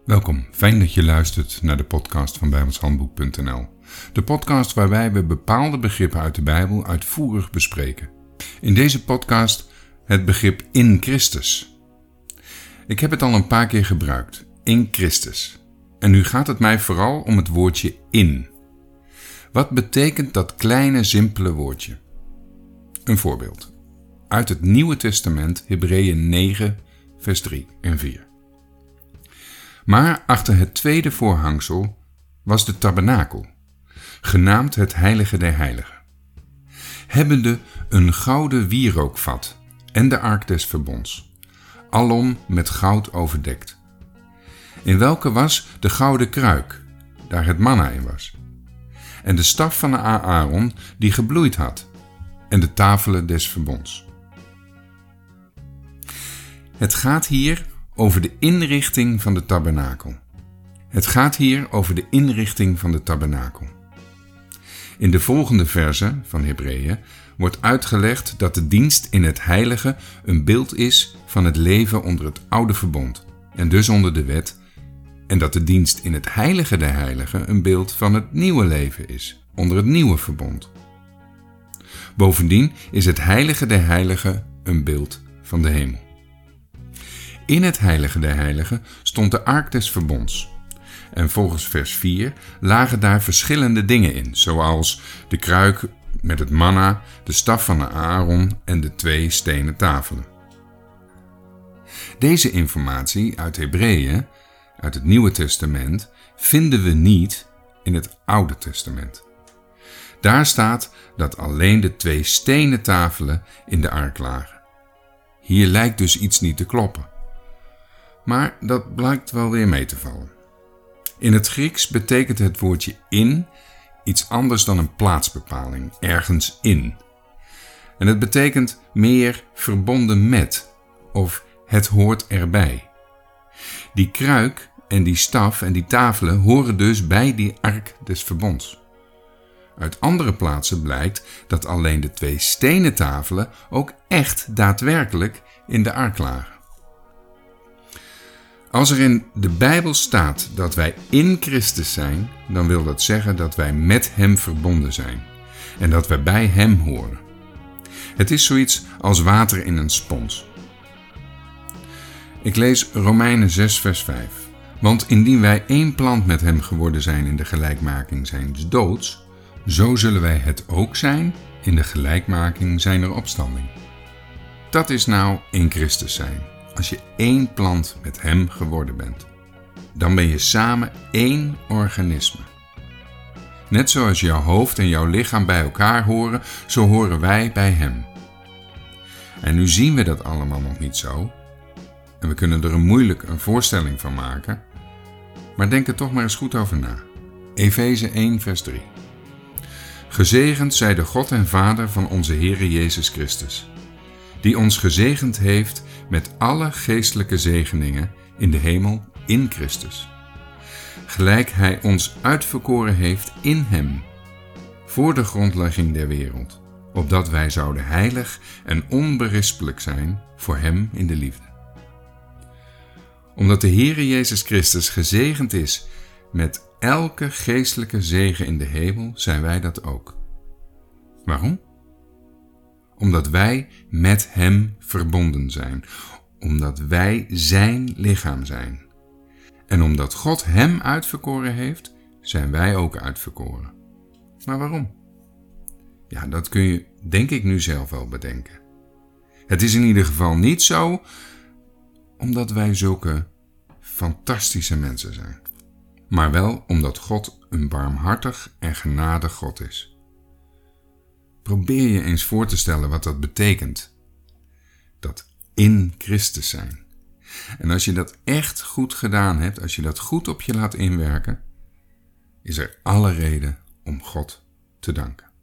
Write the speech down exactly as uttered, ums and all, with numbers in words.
Welkom, fijn dat je luistert naar de podcast van bijbelshandboek punt n l. De podcast waarbij we bepaalde begrippen uit de Bijbel uitvoerig bespreken. In deze podcast het begrip in Christus. Ik heb het al een paar keer gebruikt, in Christus. En nu gaat het mij vooral om het woordje in. Wat betekent dat kleine, simpele woordje? Een voorbeeld. Uit het Nieuwe Testament, Hebreeën negen, vers drie en vier. Maar achter het tweede voorhangsel was de tabernakel, genaamd het heilige der heiligen, hebbende een gouden wierookvat en de ark des verbonds, alom met goud overdekt, in welke was de gouden kruik, daar het manna in was, en de staf van Aaron die gebloeid had, en de tafelen des verbonds. Het gaat hier over de inrichting van de tabernakel. Het gaat hier over de inrichting van de tabernakel. In de volgende verse van Hebreeën wordt uitgelegd dat de dienst in het heilige een beeld is van het leven onder het oude verbond en dus onder de wet, en dat de dienst in het heilige der heiligen een beeld van het nieuwe leven is, onder het nieuwe verbond. Bovendien is het heilige der heiligen een beeld van de hemel. In het heilige der heiligen stond de ark des verbonds. En volgens vers vier lagen daar verschillende dingen in, zoals de kruik met het manna, de staf van Aaron en de twee stenen tafelen. Deze informatie uit Hebreeën, uit het Nieuwe Testament, vinden we niet in het Oude Testament. Daar staat dat alleen de twee stenen tafelen in de ark lagen. Hier lijkt dus iets niet te kloppen. Maar dat blijkt wel weer mee te vallen. In het Grieks betekent het woordje in iets anders dan een plaatsbepaling, ergens in. En het betekent meer verbonden met, of het hoort erbij. Die kruik en die staf en die tafelen horen dus bij die ark des verbonds. Uit andere plaatsen blijkt dat alleen de twee stenen tafelen ook echt daadwerkelijk in de ark lagen. Als er in de Bijbel staat dat wij in Christus zijn, dan wil dat zeggen dat wij met Hem verbonden zijn en dat wij bij Hem horen. Het is zoiets als water in een spons. Ik lees Romeinen zes vers vijf. Want indien wij één plant met Hem geworden zijn in de gelijkmaking zijns doods, zo zullen wij het ook zijn in de gelijkmaking zijner opstanding. Dat is nou in Christus zijn. Als je één plant met Hem geworden bent, dan ben je samen één organisme. Net zoals jouw hoofd en jouw lichaam bij elkaar horen, zo horen wij bij Hem. En nu zien we dat allemaal nog niet zo, en we kunnen er een moeilijk een voorstelling van maken, maar denk er toch maar eens goed over na. Efeze één vers drie. Gezegend zij de God en Vader van onze Heere Jezus Christus, die ons gezegend heeft met alle geestelijke zegeningen in de hemel in Christus. Gelijk Hij ons uitverkoren heeft in Hem, voor de grondlegging der wereld, opdat wij zouden heilig en onberispelijk zijn voor Hem in de liefde. Omdat de Heere Jezus Christus gezegend is met elke geestelijke zegen in de hemel, zijn wij dat ook. Waarom? Omdat wij met Hem verbonden zijn. Omdat wij Zijn lichaam zijn. En omdat God Hem uitverkoren heeft, zijn wij ook uitverkoren. Maar waarom? Ja, dat kun je denk ik nu zelf wel bedenken. Het is in ieder geval niet zo omdat wij zulke fantastische mensen zijn. Maar wel omdat God een barmhartig en genadig God is. Probeer je eens voor te stellen wat dat betekent. Dat in Christus zijn. En als je dat echt goed gedaan hebt, als je dat goed op je laat inwerken, is er alle reden om God te danken.